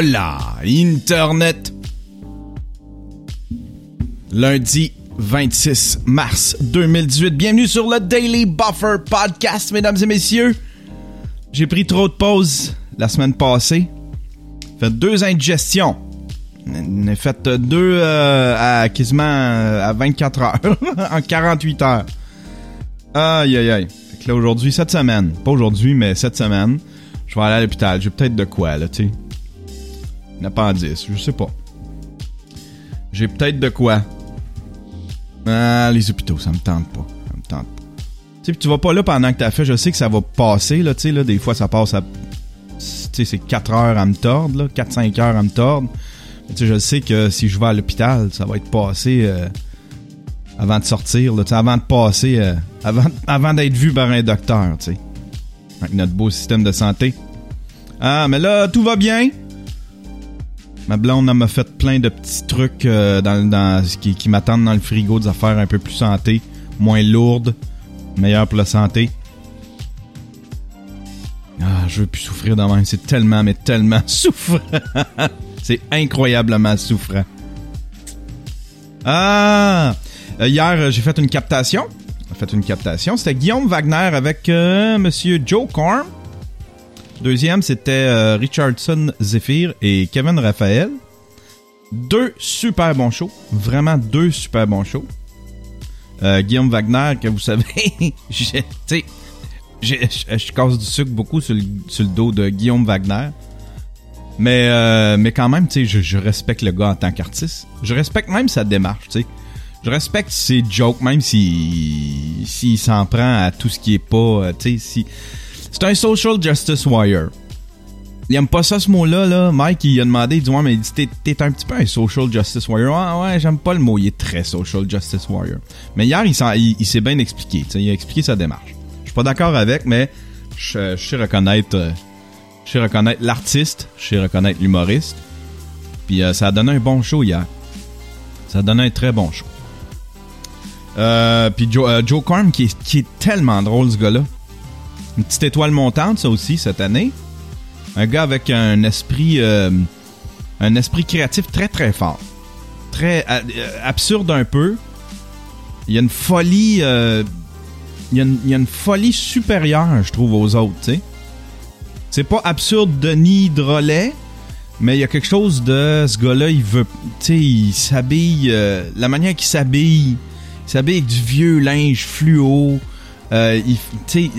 Hola, Internet! Lundi 26 mars 2018. Bienvenue sur le Daily Buffer Podcast, mesdames et messieurs. J'ai pris trop de pauses la semaine passée. J'ai fait 2 indigestions. J'en ai fait 2 à quasiment à 24 heures, en 48 heures. Aïe, aïe, aïe. Fait que là, aujourd'hui, cette semaine, pas aujourd'hui, mais cette semaine, je vais aller à l'hôpital. J'ai peut-être de quoi, là, tu sais. Un appendice, je sais pas. J'ai peut-être de quoi. Ah, les hôpitaux, ça me tente pas. Ça me tente pas. Tu sais, pis tu vas pas là pendant que t'as fait, je sais que ça va passer, là, tu sais, là, des fois, ça passe à... Tu sais, c'est 4 heures à me tordre, là, 4-5 heures à me tordre. Tu sais, je sais que si je vais à l'hôpital, ça va être passé avant de sortir, là, tu sais, avant de passer, avant d'être vu par un docteur, tu sais. Avec notre beau système de santé. Ah, mais là, tout va bien. Ma blonde, elle m'a fait plein de petits trucs qui m'attendent dans le frigo, des affaires un peu plus santé, moins lourdes, meilleures pour la santé. Ah, je veux plus souffrir de même. C'est tellement, mais tellement souffrant. C'est incroyablement souffrant. Ah! Hier, j'ai fait une captation. C'était Guillaume Wagner avec Monsieur Joe Korn. Deuxième, c'était Richardson Zephyr et Kevin Raphaël. 2 super bons shows. Vraiment 2 super bons shows. Guillaume Wagner, que vous savez, je casse du sucre beaucoup sur le dos de Guillaume Wagner. Mais quand même, tu sais, je respecte le gars en tant qu'artiste. Je respecte même sa démarche, tu sais. Je respecte ses jokes, même s'il s'en prend à tout ce qui est pas, tu sais, c'est un social justice warrior. Il aime pas ça, ce mot-là, là. Mike, il a demandé, il dit, ouais, mais t'es un petit peu un social justice warrior. Ouais, j'aime pas le mot, il est très social justice warrior. Mais hier, il s'est bien expliqué, tu sais, il a expliqué sa démarche. Je suis pas d'accord avec, mais je sais reconnaître l'artiste, je sais reconnaître l'humoriste. Puis ça a donné un bon show hier. Ça a donné un très bon show. Puis Joe Korn, qui est tellement drôle, ce gars-là. Une petite étoile montante, ça aussi, cette année. Un gars avec un esprit créatif très, très fort. Très absurde un peu. Il y a une folie... il y a une folie supérieure, je trouve, aux autres, tu sais. C'est pas absurde Denis Drolet, mais il y a quelque chose de... Ce gars-là, il veut... Tu sais, il s'habille... la manière qu'il s'habille... Il s'habille avec du vieux linge fluo... tu sais...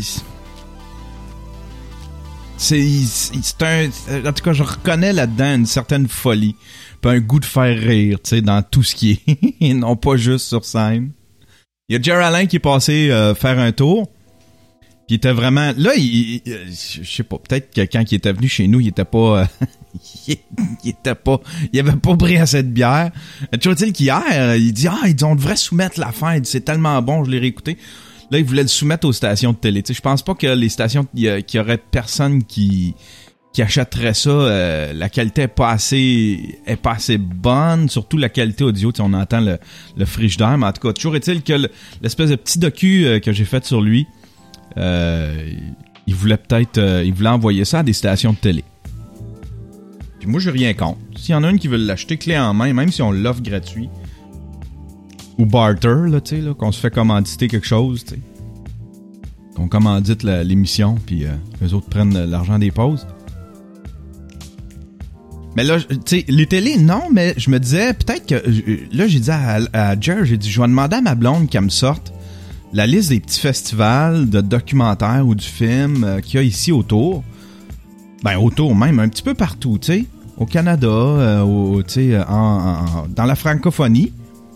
c'est un... En tout cas, je reconnais là-dedans une certaine folie. Puis un goût de faire rire, tu sais, dans tout ce qui est... non pas juste sur scène. Il y a Jerry Alain qui est passé faire un tour. Puis il était vraiment... Là, je sais pas, peut-être que quand il était venu chez nous, il était pas... il avait pas pris assez de bière. Toujours est-il qu'hier, il dit on devrait soumettre l'affaire. Il dit, c'est tellement bon, je l'ai réécouté. Là, il voulait le soumettre aux stations de télé. Tu sais, je pense pas que les stations... qu'il y aurait personne qui achèterait ça. La qualité est pas assez bonne. Surtout la qualité audio. Tu sais, on entend le frigidaire. Mais en tout cas, toujours est-il que l'espèce de petit docu que j'ai fait sur lui, il voulait envoyer ça à des stations de télé. Puis moi, j'ai rien contre. S'il y en a une qui veut l'acheter clé en main, même si on l'offre gratuit, ou barter, là, tu sais, là, qu'on se fait commanditer quelque chose, tu sais. Qu'on commandite l'émission, puis eux autres prennent l'argent des pauses. Mais là, tu sais, les télés, non, mais je me disais, peut-être que... Là, j'ai dit à Jer, j'ai dit, je vais demander à ma blonde qu'elle me sorte la liste des petits festivals de documentaires ou du film qu'il y a ici autour. Ben, autour même, un petit peu partout, tu sais. Au Canada, tu sais, dans la francophonie.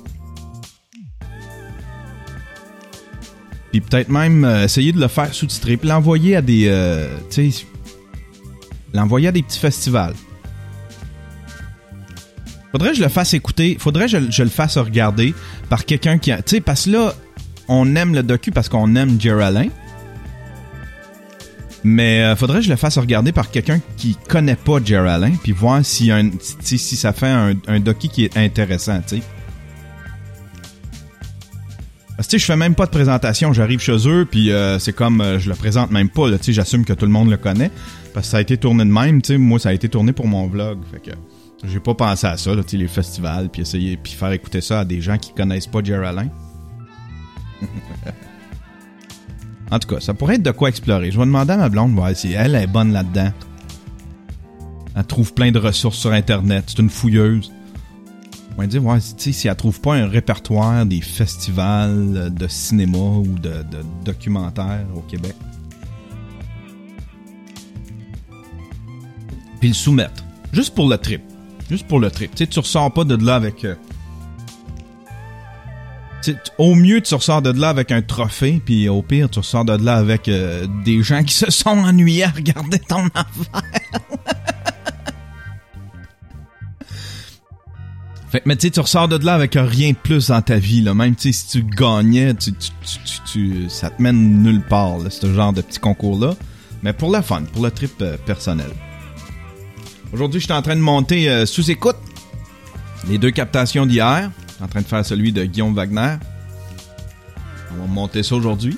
Puis peut-être même essayer de le faire sous-titrer, puis l'envoyer à des... tu sais, l'envoyer à des petits festivals. Faudrait que je le fasse écouter, faudrait que je le fasse regarder par quelqu'un qui... Tu sais, parce que là, on aime le docu parce qu'on aime Jerry Alain. Mais faudrait que je le fasse regarder par quelqu'un qui connaît pas Jerry Alain, puis voir si ça fait un docu qui est intéressant, tu sais. Parce que tu sais, je fais même pas de présentation. J'arrive chez eux, puis c'est comme, je le présente même pas, là. Tu sais, j'assume que tout le monde le connaît. Parce que ça a été tourné de même, tu sais. Moi, ça a été tourné pour mon vlog. Fait que j'ai pas pensé à ça, là, tu sais, les festivals, puis essayer, puis faire écouter ça à des gens qui connaissent pas Jerry Alain. En tout cas, ça pourrait être de quoi explorer. Je vais demander à ma blonde, voir si elle est bonne là-dedans. Elle trouve plein de ressources sur Internet. C'est une fouilleuse. On va dire, ouais, tu sais, si elle trouve pas un répertoire des festivals de cinéma ou de documentaires au Québec. Puis le soumettre. Juste pour le trip. Juste pour le trip. Tu sais, tu ressors pas de là avec... au mieux, tu ressors de là avec un trophée, puis au pire, tu ressors de là avec des gens qui se sont ennuyés à regarder ton affaire. Fait, mais tu sais, tu ressors de là avec rien de plus dans ta vie, là. Même, tu sais, si tu gagnais, ça te mène nulle part, là, ce genre de petit concours-là. Mais pour le fun, pour le trip personnel. Aujourd'hui, je suis en train de monter sous écoute les 2 captations d'hier. Je suis en train de faire celui de Guillaume Wagner. On va monter ça aujourd'hui.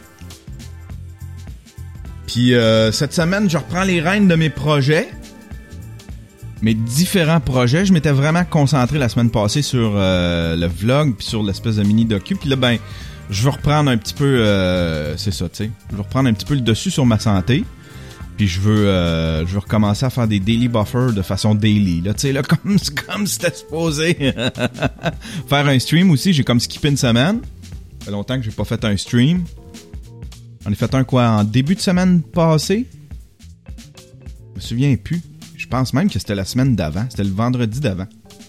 Puis cette semaine, je reprends les rênes de mes projets. Mes différents projets. Je m'étais vraiment concentré la semaine passée sur le vlog puis sur l'espèce de mini-docu. Puis là, ben, je veux reprendre un petit peu... c'est ça, tu sais. Je veux reprendre un petit peu le dessus sur ma santé. Puis je veux recommencer à faire des daily buffers de façon daily. Là, tu sais, là, comme c'était supposé. Faire un stream aussi. J'ai comme skippé une semaine. Ça fait longtemps que j'ai pas fait un stream. J'en ai fait un quoi en début de semaine passée. Je me souviens plus. Je pense même que c'était la semaine d'avant. C'était le vendredi d'avant.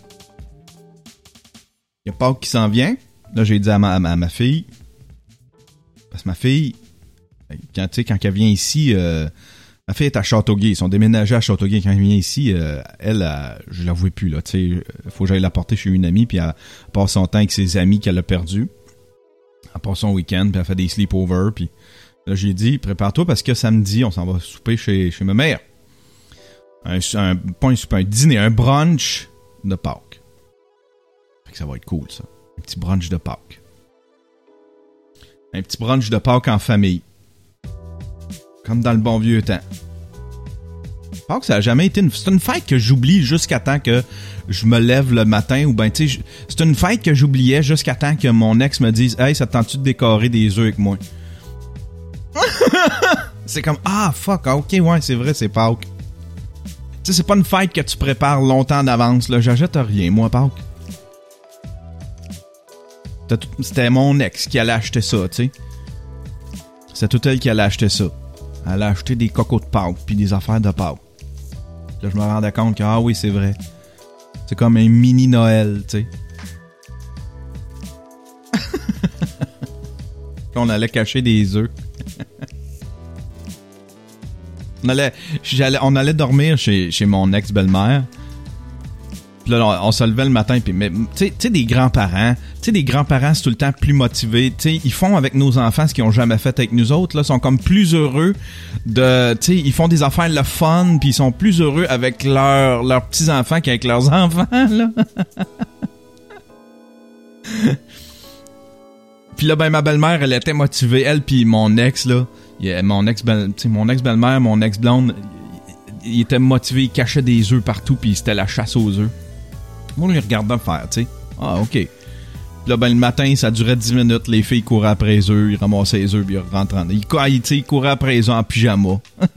Il y a Pâques qui s'en vient. Là, j'ai dit à ma fille. Parce que ma fille, quand elle vient ici, ma fille est à Châteauguay. Ils sont déménagés à Châteauguay. Quand elle vient ici, elle, je la vois plus. Là, il faut que j'aille la porter chez une amie. Puis elle passe son temps avec ses amis qu'elle a perdus. Elle passe son week-end. Puis elle fait des sleepovers. Puis là, j'ai dit, prépare-toi parce que samedi, on s'en va souper chez ma mère. Pas un souper, un dîner, un brunch de Pâques. Fait que ça va être cool, ça. Un petit brunch de Pâques. Un petit brunch de Pâques en famille. Comme dans le bon vieux temps. Pâques, ça a jamais été c'est une fête que j'oublie jusqu'à temps que je me lève le matin. Ou ben, tu sais, c'est une fête que j'oubliais jusqu'à temps que mon ex me dise « Hey, ça te tente-tu de décorer des œufs avec moi? » C'est comme « Ah, fuck, ok, ouais, c'est vrai, c'est Pâques. » Tu sais, c'est pas une fête que tu prépares longtemps d'avance, là. J'achète rien, moi, Pâques. C'était mon ex qui allait acheter ça, tu sais. C'est tout elle qui allait acheter ça. Elle allait acheter des cocos de Pâques, puis des affaires de Pâques. Là, je me rendais compte que, ah oui, c'est vrai. C'est comme un mini Noël, tu sais. On allait cacher des œufs. On allait dormir chez mon ex-belle-mère. Puis là, on se levait le matin. Puis, mais tu sais, des grands-parents, c'est tout le temps plus motivés. Tu sais, ils font avec nos enfants ce qu'ils ont jamais fait avec nous autres. Là, sont comme plus heureux de, tu sais, ils font des affaires le fun. Puis ils sont plus heureux avec leurs petits enfants qu'avec leurs enfants. Là. Puis là, ben ma belle-mère, elle était motivée. Elle puis mon ex là. Mon ex-belle-mère, mon ex-blonde, il était motivé, il cachait des œufs partout, puis c'était la chasse aux œufs. Moi, on les regardait faire, tu sais. Ah, OK. Puis là, ben, le matin, ça durait 10 minutes, les filles couraient après les œufs, ils ramassaient les œufs, puis ils rentraient en... Ils couraient après les œufs en pyjama.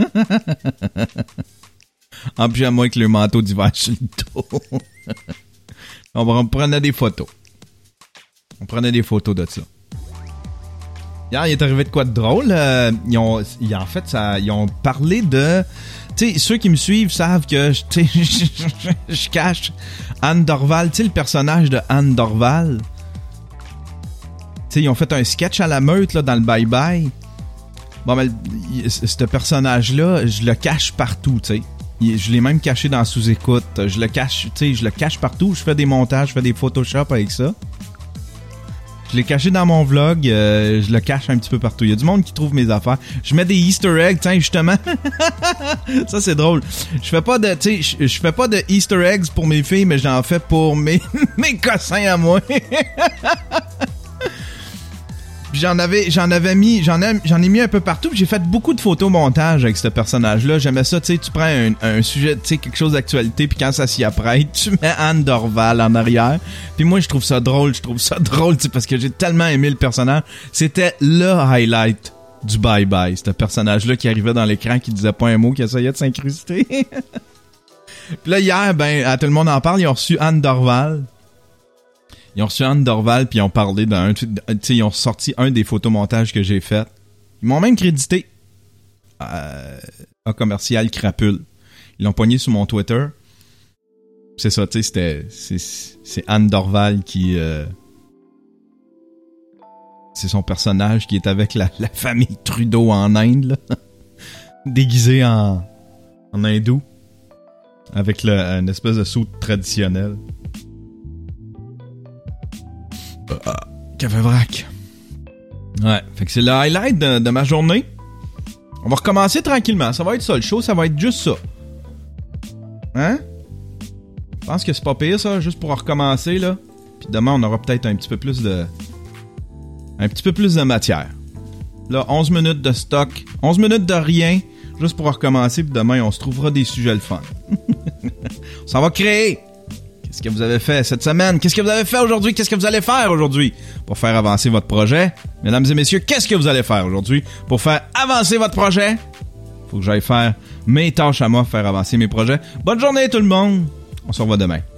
En pyjama avec le manteau d'hiver sur le dos. On prenait des photos. On prenait des photos de ça. Hier, il est arrivé de quoi de drôle. Ils ont parlé de... Tu sais, ceux qui me suivent savent que je cache Anne Dorval. Tu sais, le personnage de Anne Dorval. Tu sais, ils ont fait un sketch à la meute là, dans le Bye Bye. Bon, ben, ce personnage-là, je le cache partout, tu sais. Je l'ai même caché dans sous-écoute. Je le cache partout. Je fais des montages, je fais des Photoshop avec ça. Je l'ai caché dans mon vlog, je le cache un petit peu partout. Il y a du monde qui trouve mes affaires. Je mets des Easter eggs, tiens, justement. Ça, c'est drôle. Je fais pas de Easter eggs pour mes filles, mais j'en fais pour mes cossins à moi. Puis j'en ai mis un peu partout. Puis j'ai fait beaucoup de photomontages avec ce personnage-là. J'aimais ça, tu sais, tu prends un sujet, tu sais, quelque chose d'actualité, puis quand ça s'y apprête, tu mets Anne Dorval en arrière. Puis moi, je trouve ça drôle, tu sais, parce que j'ai tellement aimé le personnage. C'était le highlight du bye-bye, ce personnage-là qui arrivait dans l'écran, qui disait pas un mot, qui essayait de s'incruster. Puis là, hier, à Tout le monde en parle, ils ont reçu Anne Dorval. Puis ils ont parlé ils ont sorti un des photomontages que j'ai fait. Ils m'ont même crédité à commercial Crapule. Ils l'ont pogné sur mon Twitter. C'est ça, tu sais, c'est Anne Dorval qui... c'est son personnage qui est avec la famille Trudeau en Inde, là. Déguisé en hindou. Avec une espèce de soude traditionnelle. Café vrac. Ouais, fait que c'est le highlight de ma journée. On va recommencer tranquillement. Ça va être ça, le show, ça va être juste ça. Hein? Je pense que c'est pas pire, ça, juste pour recommencer, là. Puis demain, on aura peut-être un petit peu plus de matière. Là, 11 minutes de stock, 11 minutes de rien, juste pour recommencer, puis demain, on se trouvera des sujets le fun. On s'en va créer. Qu'est-ce que vous avez fait cette semaine? Qu'est-ce que vous avez fait aujourd'hui? Qu'est-ce que vous allez faire aujourd'hui pour faire avancer votre projet? Mesdames et messieurs, qu'est-ce que vous allez faire aujourd'hui pour faire avancer votre projet? Faut que j'aille faire mes tâches à moi, faire avancer mes projets. Bonne journée tout le monde! On se revoit demain.